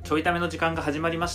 ちょいための時間が始まりました。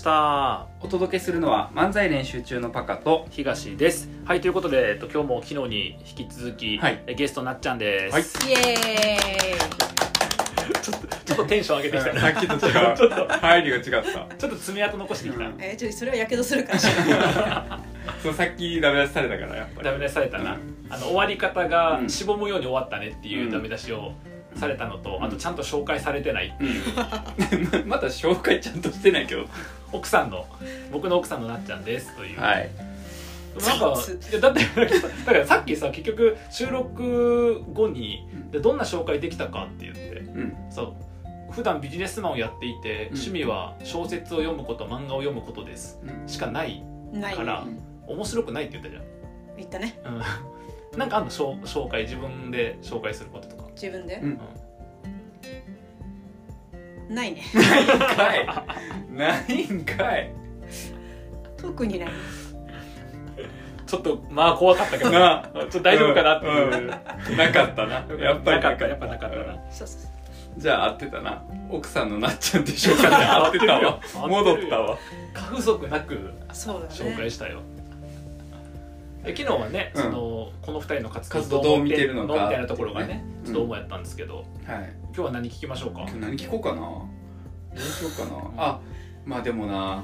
お届けするのは漫才練習中のパカと東です。はい、ということで、今日も昨日に引き続き、 はい、 ゲストなっちゃんです。 はい、 イエーイ。 ちょっとテンション上げてきたね。 さっきと違う。ちょっと入りが違った。 ちょっと爪痕残してきた。 それはやけどするから。 そう、さっきダメ出しされたからやっぱり。 ダメ出しされたな。終わり方がしぼむように終わったねっていうダメ出しをされたのと、あとちゃんと紹介されてないっていう。 まだ紹介ちゃんとしてないけど。 僕の奥さんのなっちゃんですという。 はい。 なんかだからさっきさ、結局収録後にどんな紹介できたかって言って、そう普段ビジネスマンをやっていて、趣味は小説を読むこと、漫画を読むことです、しかないから、面白くないって言ったじゃん。 言ったね。 なんかあんの紹介、自分で紹介することとか。 自分で、ないね。 ないんかい。 特にない。 ちょっとまあ怖かったけどな。ちょっと大丈夫かなっていう。 なかったな。やっぱりなかった。やっぱなかったな。 そう。 じゃあ合ってたな。奥さんのなっちゃんって紹介で合ってたわ。戻ったわ。 過不足なく紹介したよ。昨日はね、この2人の活動をどう見てるのかみたいなところがね、ちょっと主やったんですけど、今日は何聞きましょうか。 今日何聞こうかな。どうしようかな。まあでもな、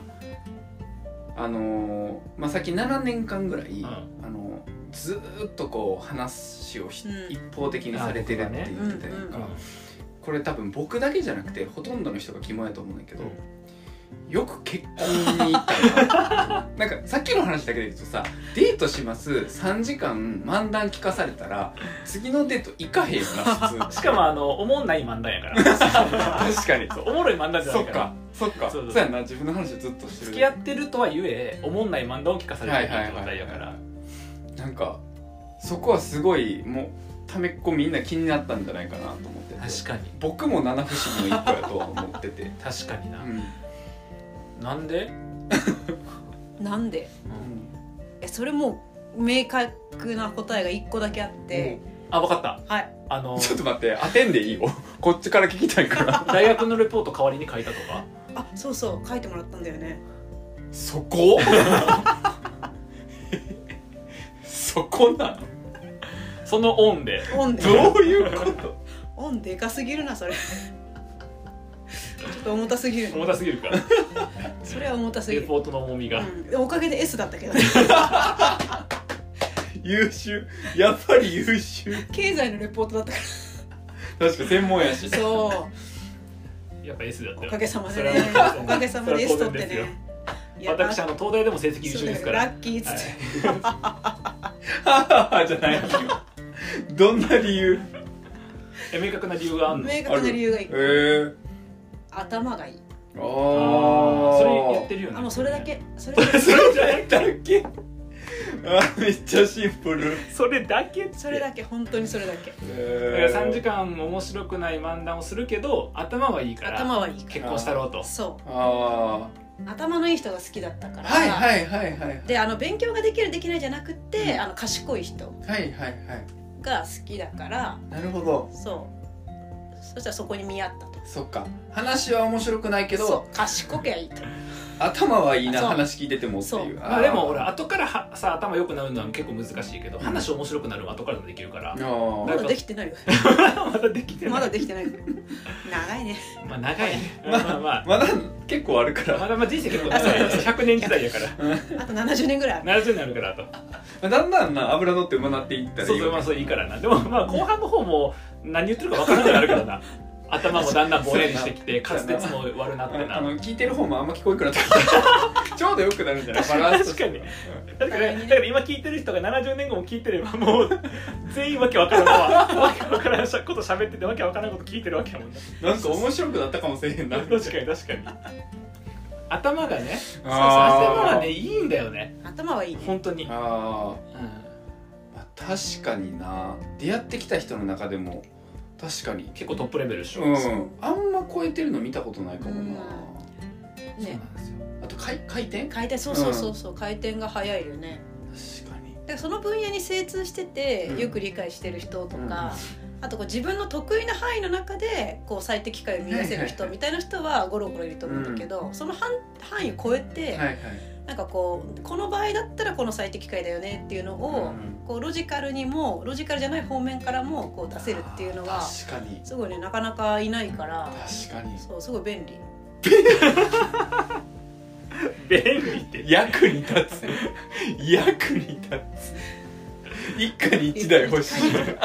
さっき7年間ぐらい、ずーっとこう話を一方的にされてるって言ってたやんか。これ多分僕だけじゃなくてほとんどの人が肝やと思うんだけど、よく結婚に行ったな。なんかさっきの話だけで言うとさ、デートします3時間漫談聞かされたら次のデート行かへんよな普通。 しかもおもんない漫談やから。 確かにおもろい漫談じゃないから。 そっかそうやな。自分の話をずっとしてる。 付き合ってるとはゆえおもんない漫談を聞かされてる状態やから、 なんかそこはすごいもうためっこみんな気になったんじゃないかなと思ってて。 確かに僕も七不思議の一個やと思ってて。 確かにな。なんでなんで、それも明確な答えが1個だけあって、 分かった。 はい。 ちょっと待って、当てんでいいよ。こっちから聞きたいから。 大学のレポート代わりに書いたとか。 そうそう書いてもらったんだよね。 そこそこなの。 そのオンでどういうこと。 オンでかすぎるなそれ。ちょっと重たすぎる。 重たすぎるか。 それは重たすぎる。 レポートの重みが、 おかげで S だったけどね。 優秀。やっぱり優秀。 経済のレポートだったから。確か専門やし。 そう。 やっぱ S だったよ。 おかげさまでね。おかげさまで S 取ってね。 私東大でも成績優秀ですから。 ラッキーっつって。 じゃないよ。どんな理由？ 明確な理由があるの？ 明確な理由がいい。頭がいい。 それ言ってるよね。 もうそれだけ。それだけ。めっちゃシンプル。 それだけ。 本当にそれだけ。 だから3時間面白くない漫談をするけど頭はいいから。 頭はいい。 結婚したろうと。 そう。頭のいい人が好きだったから。で勉強ができるできないじゃなくて、賢い人が好きだから。 なるほど。 そう。そしたらそこに見合ったと。 そっか。話は面白くないけど賢くはいいと。 頭はいいな。話聞いててもっていう。 でも俺後からさ頭良くなるのは結構難しいけど、話面白くなるのは後からもできるから。 まだできてないよ。 まだできてない。 長いね。 長いね。 まだ結構あるから。 まだ人生結構長い。100年時代やから。 あと70年ぐらい。 70年あるからあと。 だんだんな油乗って馬なっていったらいいよね。 そういいからな。でも後半の方も何言ってるか分からなくなるからな。頭もだんだんボレにしてきて、滑舌も悪なってな。 聞いてる方もあんま聞こえなくなってちょうどよくなるんじゃない？バランス。 確かに。だから今聞いてる人が70年後も聞いてればもう全員わけわからんわけわからんこと喋っててわけわからんこと聞いてるわけやもんね。 なんか面白くなったかもしれへんな。 確かに。頭がね、頭はねいいんだよね。 頭はいい。 本当に。 確かにな。出会ってきた人の中でも。確かに結構トップレベルでしょ。 あんま超えてるの見たことないかもな。 ね。 あと回転そう回転が早いよね。 確かに。 だからその分野に精通しててよく理解してる人とか、 あとこう自分の得意な範囲の中でこう最適解を見出せる人みたいな人はゴロゴロいると思うんだけど、その範囲を超えて、なんかこの場合だったらこの最適解だよねっていうのを、こうロジカルにもロジカルじゃない方面からもこう出せるっていうのがすごいね、なかなかいないから、 確かにそうすごい便利便利って役に立つ役に立つ一家に一台欲しい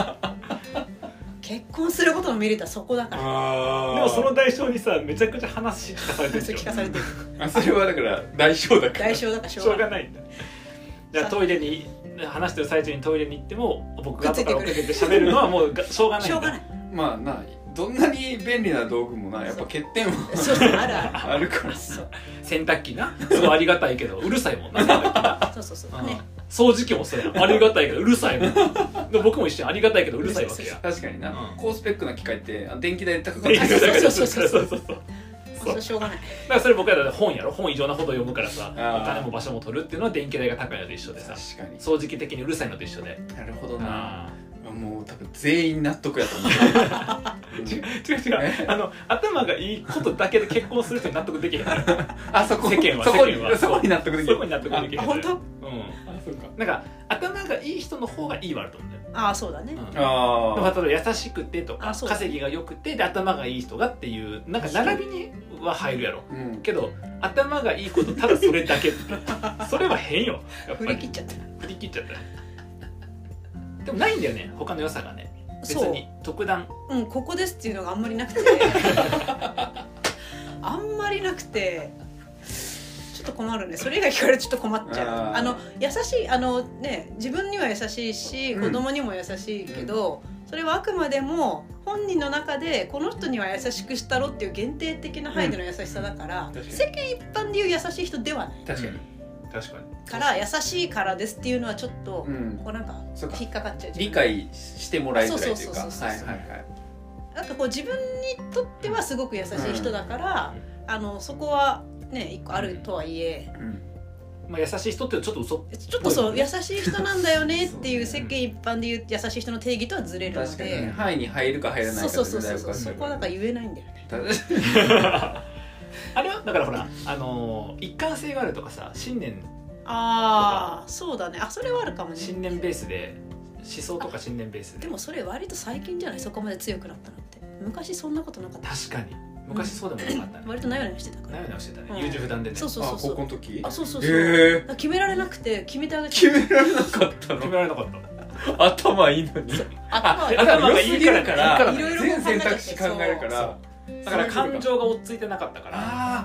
結婚することのメリットはそこだから。 でもその代償にさ、めちゃくちゃ話聞かされてる聞かされてるそれはだから代償だからしょうがないんだ。じゃあトイレに話してる最中にトイレに行っても僕が後から追っかけて喋るのはもうしょうがないんだ。 しょうがない。 まあな、どんなに便利な道具もな、やっぱ欠点はあるから。 洗濯機な、すごいありがたいけどうるさいもんな。 そうね。 掃除機もそうやん、ありがたいけどうるさいもん。で僕も一緒にありがたいけどうるさいわけや。 確かにな、高スペックな機械って電気代高かったりそうしょうがない。だからそれ僕らだって本やろ、本異常なほど読むからさ、お金も場所も取るっていうのは電気代が高いのと一緒でさ、掃除機的にうるさいのと一緒で。 なるほどな。もう多分全員納得やと思う。 違う頭がいいことだけで結婚する人に納得できへん。世間はそこに納得できる。 そこに納得できる。 本当？ なんか頭がいい人の方がいいはあると思うんだよ。 ああそうだね。 例えば優しくてとか稼ぎが良くてで頭がいい人がっていうなんか並びには入るやろ。けど頭がいいことただそれだけってそれは変よ。 振り切っちゃった。 でもないんだよね、他の良さがね。別に特段ここですっていうのがあんまりなくてあんまりなくてちょっと困るね。それ以外聞かれるとちょっと困っちゃう。優しいね、自分には優しいし子供にも優しいけど、それはあくまでも本人の中でこの人には優しくしたろっていう限定的な範囲での優しさだから、世間一般でいう優しい人ではない。 確かにから優しいからですっていうのはちょっとこうなんか引っかかっちゃう。 理解してもらいづらいというか、 なんかこう自分にとってはすごく優しい人だから、そこはね一個あるとはいえ、 優しい人ってちょっと嘘ちょっとそう優しい人なんだよねっていう世間一般でいう優しい人の定義とはずれるので、 範囲に入るか入らないかそこはなんか言えないんだよね。 あれはだからほら一貫性があるとかさ、信念とかそうだね。それはあるかもね。 信念ベースで思想とか信念ベースで。 でもそれ割と最近じゃない、そこまで強くなったのって。昔そんなことなかった。 確かに昔そうでもなかったね。 割となよなよしてたから。 なよなよしてたね。優柔不断でね。 そう高校の時。 そう決められなくて決めてあげて。 決められなかったの。 決められなかった。 頭いいのに。 頭がいいから全選択肢考えるから。 だから感情が追っついてなかったから、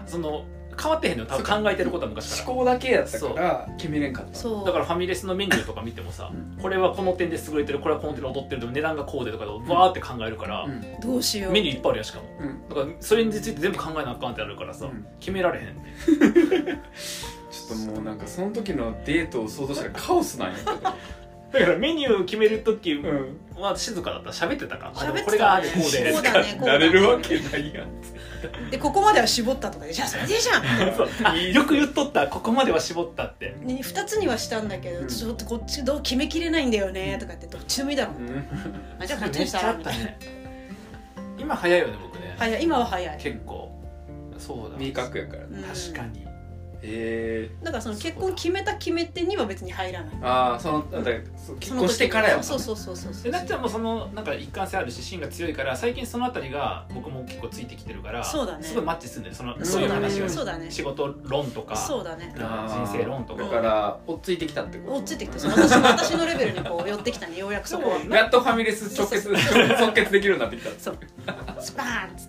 変わってへんのよ、多分考えてることは昔から。 思考だけやったから決めれんかった。 だからファミレスのメニューとか見てもさ、これはこの点で優れてる、これはこの点で劣ってる、でも値段がこうでとかでバーって考えるから、 どうしようメニューいっぱいあるやん。しかもだからそれについて全部考えなあかんってあるからさ、決められへんね。 ちょっともうなんかその時のデートを想像したらカオスなんやけど。 だからメニューを決めるときは静かだった。喋ってたか。 喋ってた。 これがあるこうで。 なれるわけないやん。 でここまでは絞ったとかで、じゃあそれでいいじゃん。よく言っとった。ここまでは絞ったって。 2つにはしたんだけど、ちょっとこっちどう決めきれないんだよねとかってどっちでもいいだろう。じゃあこっちにしたらみたいな。 今早いよね僕ね。 早い。今は早い。 結構。そうだ。 明確やから。 確かに。 だからその結婚決めた決め手には別に入らない。 結婚してからやもん。 そうなっちゃんもそのなんか一貫性あるし芯が強いから、最近そのあたりが僕も結構ついてきてるから、すごいマッチするんだよ。そういう話が仕事論とか人生論とか。 だから追っついてきたってこと。 追っついてきた。私のレベルにこう寄ってきたね。ようやくそこはやっとファミレス即決できるようになってきた。 そうスパーンっつって。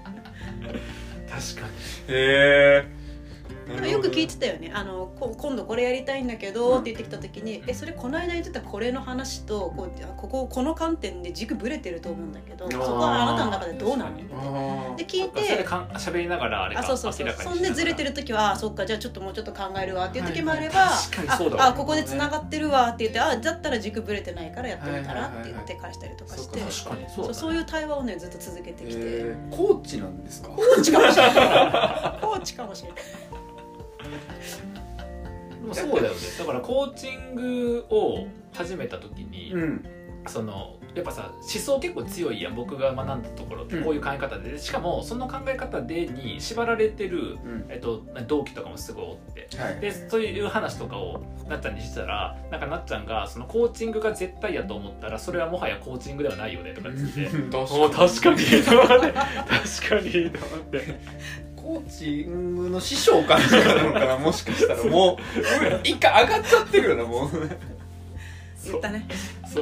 確かに。 よく聞いてたよね。今度これやりたいんだけどって言ってきた時に、それこの間言ってたこれの話とこの観点で軸ブレてると思うんだけど、そこはあなたの中でどうなのって聞いて、 それで喋りながらあれかそんでずれてる時はそっか、じゃあちょっともうちょっと考えるわっていう時もあれば、ここでつながってるわって言って、だったら軸ブレてないからやってみたらって言って返したりとかして、そういう対話をねずっと続けてきて。 コーチなんですか。 コーチかもしれない。コーチかもしれない。 そうだよね。だからコーチングを始めた時に、 やっぱさ思想結構強いやん僕が学んだところってこういう考え方で、しかもその考え方でに縛られてる、同期とかもすごいおって、でそういう話とかをなっちゃんにしてたらなんかなっちゃんがそのコーチングが絶対やと思ったらそれはもはやコーチングではないよねとか言って確かにと思ってコーチングの師匠感じなのかなもしかしたらもう一回上がっちゃってるよなもう言ったねそう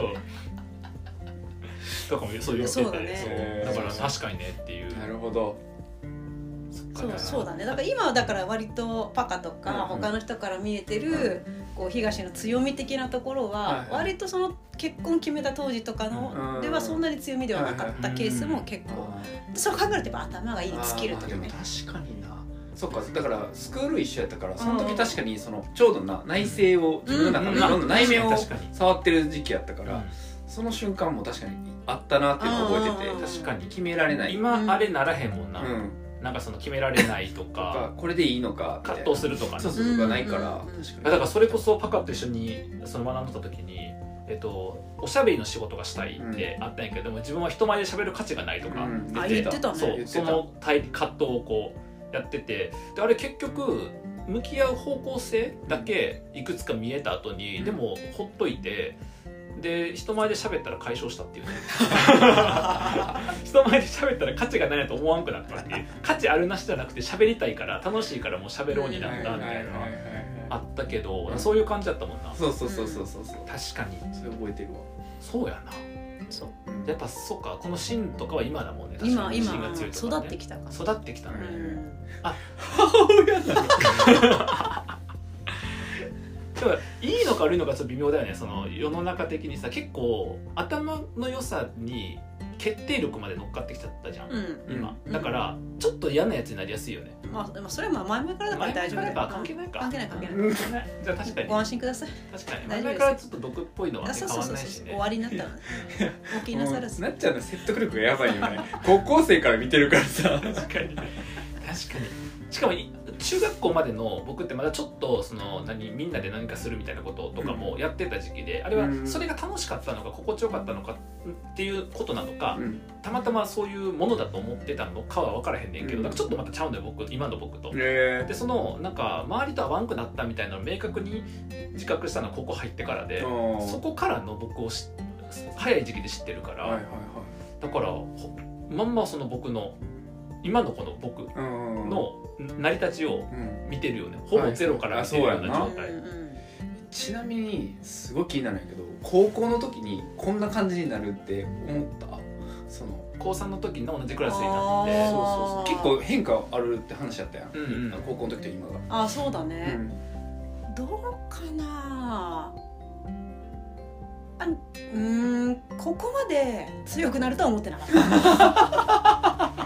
とかもそう言ってて、 そうだね、 だから確かにねっていう。 なるほど。 そうだね。だから今はだから割とパカとか他の人から見えてるこう東の強み的なところは割とその結婚決めた当時とかのではそんなに強みではなかったケースも結構、そう考えるとやっぱ頭がいいスキルというね。 確かにな。そっか、だからスクール一緒やったからその時確かにそのちょうどな内政を自分の中のいろんな内面を触ってる時期やったから、その瞬間も確かにあったなっていうのを覚えてて、確かに決められない。 今あれならへんもんな。なんかその決められないとかこれでいいのか葛藤するとかね、 そうそうとかないから、 だからそれこそパカと一緒にその学んだ時に、おしゃべりの仕事がしたいってあったんやけど、でも自分は人前で喋る価値がないとか言ってたね。 そうその葛藤をこうやってて、であれ結局向き合う方向性だけいくつか見えた後に、でもほっといて。で人前で喋ったら解消したっていうね人前で喋ったら価値がないなと思わんくなったっていう、価値あるなしじゃなくて喋りたいから楽しいからもう喋ろうになったみたいなのはあったけど、そういう感じだったもんな。 そう確かにそれ覚えてるわ。 そうやな。そうやっぱそうか、このシーンとかは今だもんね。確かにシーンが強いとか、ね、 育ってきたか育ってきたね。あ、 母親なのだからいいのか悪いのかちょっと微妙だよね。その世の中的にさ、結構頭の良さに決定力まで乗っかってきちゃったじゃん、今だからちょっと嫌なやつになりやすいよね。 まあでもそれは前々からだから大丈夫だよ。 関係ないか。 関係ないじゃあ確かにご安心ください。 確かに前々からちょっと毒っぽいのは変わんないしね。 終わりになったらお気になさらず。 なっちゃんの説得力がやばいよね高校生から見てるからさ。 確かにしかも中学校までの僕ってまだちょっとそのみんなで何かするみたいなこととかもやってた時期で、あれはそれが楽しかったのか心地よかったのかっていうことなのか、たまたまそういうものだと思ってたのかは分からへんねんけど、なんかちょっとまたちゃうんだよ今の僕と。でそのなんか周りと合わんくなったみたいなのを明確に自覚したのはここ入ってからで、そこからの僕を早い時期で知ってるから、だからまんまその僕の今のこの僕の成り立ちを見てるよね、ほぼゼロから見てるような状態。 ちなみにすごい気になるんやけど、高校の時にこんな感じになるって思った？その高3の時の同じクラスになって結構変化あるって話やったやん、高校の時と今が。 あ、そうだね、どうかな。ここまで強くなるとは思ってなかった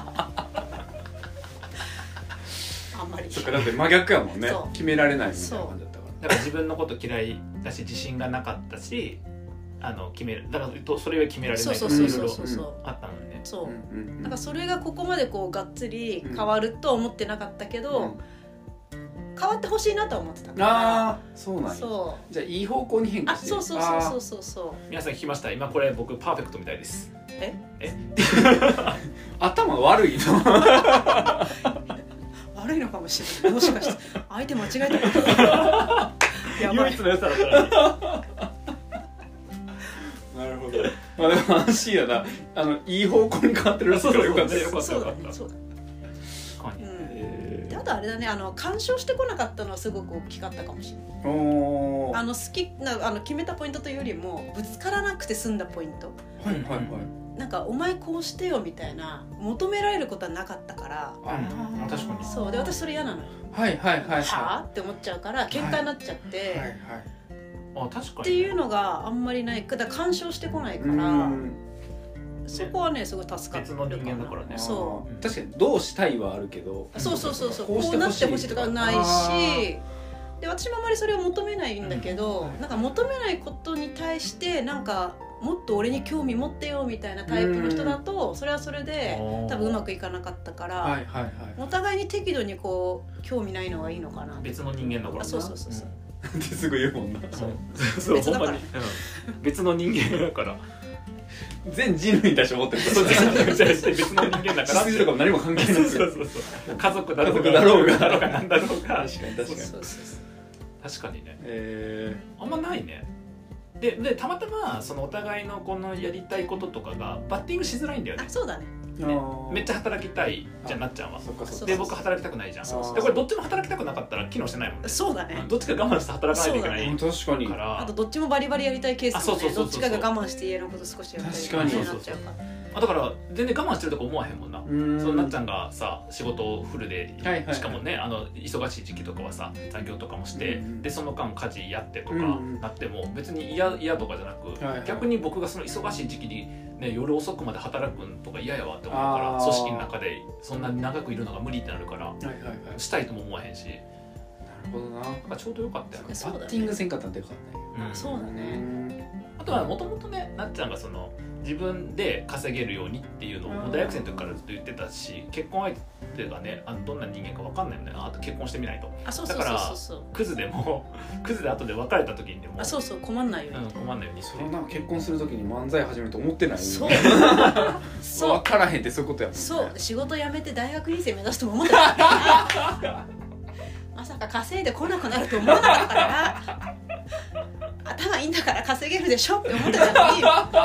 そっか、だって真逆やもんね。決められないみたいな感じだったから。 だから自分のこと嫌いだし自信がなかったし、決めるだからそれは決められないとかいろいろあったもんね。 そう。だからそれがここまでこうがっつり変わるとは思ってなかったけど、変わってほしいなとは思ってたから。 ああ、そうなんや。じゃあいい方向に変化して。 そう。 皆さん聞きました？今これ僕パーフェクトみたいです。 頭悪いの？ 悪いのかもしれない。もしかして相手間違えたか唯一の良さだったらなるほど。まあでも安心やな。いい方向に変わってるらしいからよかった。 そうだ。であとあれだね、干渉してこなかったのはすごく大きかったかもしれない。好きな決めたポイントというよりもぶつからなくて済んだポイント。なんかお前こうしてよみたいな求められることはなかったから。 確かに。 そうで、私それ嫌なのよ。はあって思っちゃうから喧嘩になっちゃって、 確かにっていうのがあんまりない。だから干渉してこないから、そこはねすごい助かってる。 別の人間だからね。 そう。確かにどうしたいはあるけど、 そうこうなってほしいとかないし。で私もあんまりそれを求めないんだけど、なんか求めないことに対してなんかもっと俺に興味持ってよみたいなタイプの人だと、それはそれで多分うまくいかなかったから、お互いに適度にこう興味ないのがいいのかな。 別の人間だからな。 そうってすぐ言うもんな。 そうほんまに別の人間だから。 全人類に対して思ってるからそう全人類に対して別の人間だから血筋とかも何も関係ないそう家族だろうがなんだろうが確かに確かにね、あんまないね。でたまたまそのお互いのこのやりたいこととかがバッティングしづらいんだよね。 そうだね。 めっちゃ働きたいじゃんなっちゃんは。 そうで僕働きたくないじゃん。でこれどっちも働きたくなかったら機能してないもんね。 そうだね。 どっちか我慢して働かないといけない確かにから。 あとどっちもバリバリやりたいケースもね、どっちかが我慢して家のこと少しやったりとかになっちゃうから。 だから全然我慢してるとか思わへんもんな。そのなっちゃんがさ仕事をフルで、しかもね忙しい時期とかはさ残業とかもして、でその間家事やってとかなっても別に嫌とかじゃなく、逆に僕がその忙しい時期に、ね、夜遅くまで働くんとか嫌やわって思うから、組織の中でそんなに長くいるのが無理ってなるから、したいとも思わへんし。なるほどな。 なんかちょうどよかったよね。 バッティングせんかったんでよかったね。 そうだね。 あとはもともとねなっちゃんがその自分で稼げるようにっていうのを大学生の時からずっと言ってたし、結婚相手がねどんな人間か分かんないよね。あと結婚してみないと。だからクズでもクズで後で別れた時にでも困んないように、 困んないようにして。 そんな結婚する時に漫才始めると思ってない。 そう分からへんってそういうことやもんね。 そう仕事辞めて大学院生目指すとも思ってなかったまさか稼いでこなくなると思わなかったから頭いいんだから稼げるでしょって思ってたのに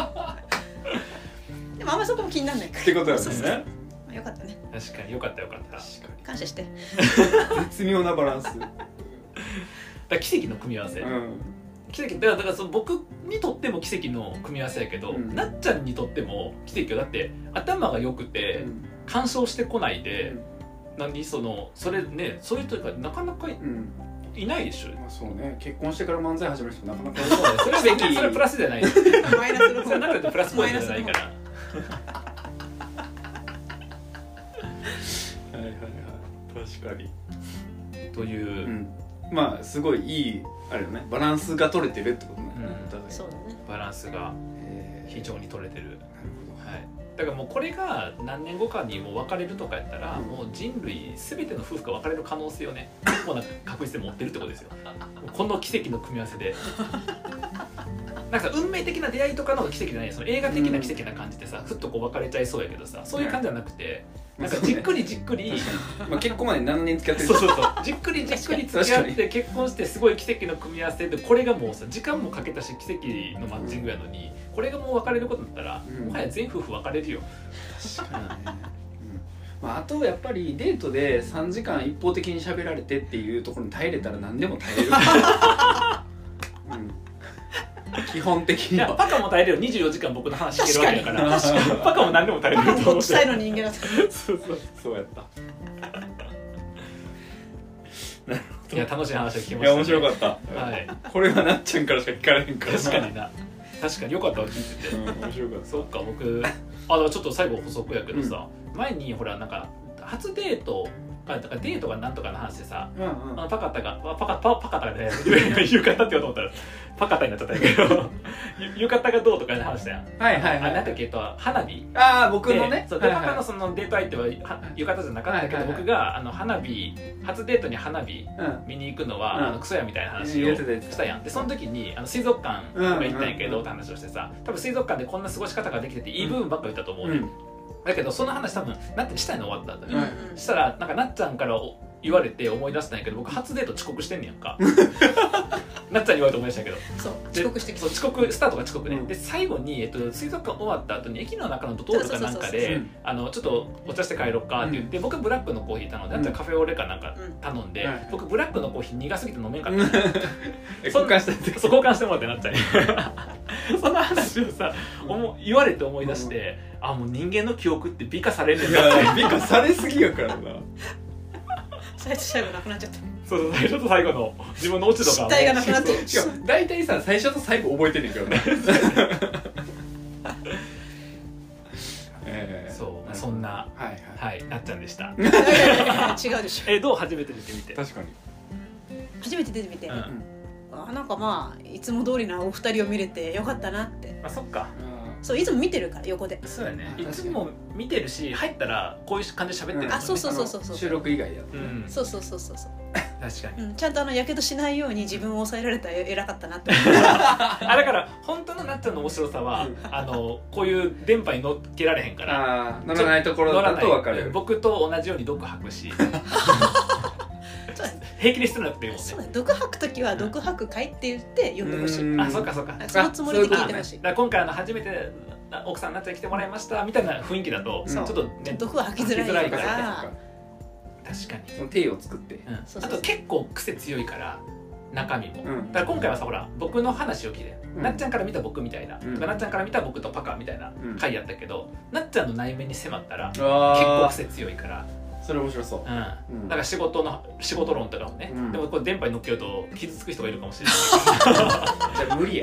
でもあんまそこも気にならないからってことですね。 よかったね。 確かによかった感謝して絶妙なバランスだ奇跡の組み合わせ、奇跡だからその僕にとっても奇跡の組み合わせやけど、なっちゃんにとっても奇跡よ。だって頭が良くて干渉してこないで、それねそういう人がなかなかいないでしょ。 そうね。結婚してから漫才始める人なかなかそれは別にそれはプラスじゃないマイナスのそれなんかプラスポイントじゃないから確かにという、 まあすごいいいあれよね。バランスが取れてるってことね。 そうだね。 バランスが非常に取れてる。 なるほど。 はい。だからもうこれが何年後かにもう別れるとかやったら、もう人類全ての夫婦が別れる可能性をね結構な確率で持ってるってことですよこの奇跡の組み合わせでなんか運命的な出会いとかの奇跡じゃない。その映画的な奇跡な感じでさ、ふっとこう別れちゃいそうやけどさ、そういう感じじゃなくて、なんかじっくりまあ結婚まで何年付き合ってるそうじっくり付き合って結婚してすごい奇跡の組み合わせで、これがもうさ時間もかけたし奇跡のマッチングやのに、これがもう別れることになったら、もはや全夫婦別れるよ。 確かにねまあ、あとやっぱりデートで3時間一方的に喋られてっていうところに耐えれたら何でも耐えれる基本的には。 パカも耐えれるよ。24時間僕の話してるわけだからパカも何でも耐えれると思って。 どっちサイドの人間だったそうやったいや楽しい話を聞きましたね。 いや面白かった、 はい、 これはなっちゃんからしか聞かれへんから。 確かにな。確かによかったわ聞いてて、 面白かった。 そうか僕だからちょっと最後補足やけどさ、前にほらなんか初デートデートがなんとかの話でさ、パカタがね浴衣って言おうと思ったらパカタになっちゃったんやけど浴衣がどうとかの話だよ。 はいはいはい。 なんだっけ花火。 僕のね。 そうでパカのそのデート相手は浴衣じゃなかったけど、僕が花火初デートに花火見に行くのはクソやみたいな話をしたやん。でその時に水族館が行ったんやけどって話をしてさ、多分水族館でこんな過ごし方ができてていい部分ばっか言ったと思うね。だけどその話多分なってしたいの終わったんだね。したらなんかなっちゃんから言われて思い出したんやけど、僕初デート遅刻してんねやんかなっちゃんに言われて思い出したけど、 そう遅刻してきた。 遅刻スタートが遅刻ね、で最後に、水族館終わった後に駅の中のドトールかなんかでちょっとお茶して帰ろうかって言って、僕ブラックのコーヒー頼んで、なっちゃんカフェオレかなんか頼んで、僕ブラックのコーヒー苦すぎて飲めんかった交換してもらってなっちゃんにその話をさ言われて思い出して、もう人間の記憶って美化されるんだって美化されすぎやからな最初最後なくなっちゃった。 そう最初と最後の自分の落ち度が失態がなくなってる。 しかも大体さ最初と最後覚えてんねんけどねそうそんなはいなっちゃんでした。 違うでしょ。 どう初めて出てみて。 確かに初めて出てみて、なんかまあいつも通りなお二人を見れてよかったなって。 そっか。 そういつも見てるから横で。 そうやね。いつも見てるし入ったらこういう感じで喋ってる。 そう収録以外や。 そう確かに、 ちゃんとやけどしないように自分を抑えられたら偉かったなってだから本当のなっちゃんの面白さはこういう電波に乗っけられへんから乗らないところだと分かる。 僕と同じように毒吐くし平気でしてなくていいもんね。 そうだ、毒吐くときは毒吐く会って言って読んでほしい。 あ、そっかそっか、 そのつもりで聞いてほしい。 だ今回初めて奥さんになっちゃん来てもらいましたみたいな雰囲気だとちょっとね、 毒は吐きづらいから確かにその体を作って、 あと結構癖強いから中身も、だから今回はさ、ほら僕の話を聞いて、なっちゃんから見た僕みたいな、なっちゃんから見た僕とパカみたいな回やったけど、なっちゃんの内面に迫ったら結構癖強いから、 それ面白そう。 だから仕事論とかもね、でもこれ電波に乗っけると傷つく人がいるかもしれないじゃあ無理や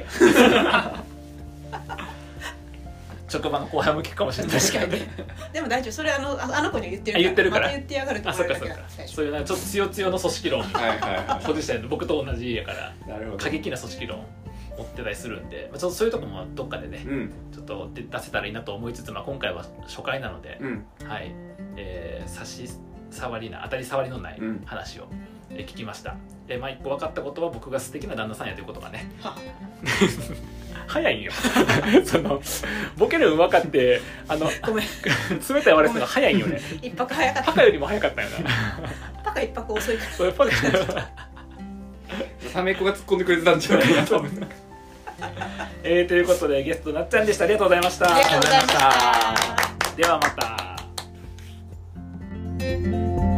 職場の後輩も聞くかもしれない。 確かにでも大丈夫、それあの子に言ってるから、また言ってやがると思われるだけだから。 そういうちょっと強の組織論ポジションで僕と同じやから、過激な組織論持ってたりするんで、ちょっとそういうとこもどっかでね、ちょっと出せたらいいなと思いつつ、今回は初回なので、はい、差し障りな当たり障りのない話を聞きました。一個分かったことは、僕が素敵な旦那さんやということがね早いんよそのボケるの分かってごめん冷たい割れするのが早いんよね。 一泊早かった。 パカよりも早かったよなパカ一泊遅いからパカサメ子が突っ込んでくれてたんじゃないかなと思うということでゲストなっちゃんでした。ありがとうございました。 ありがとうございました。 ではまた。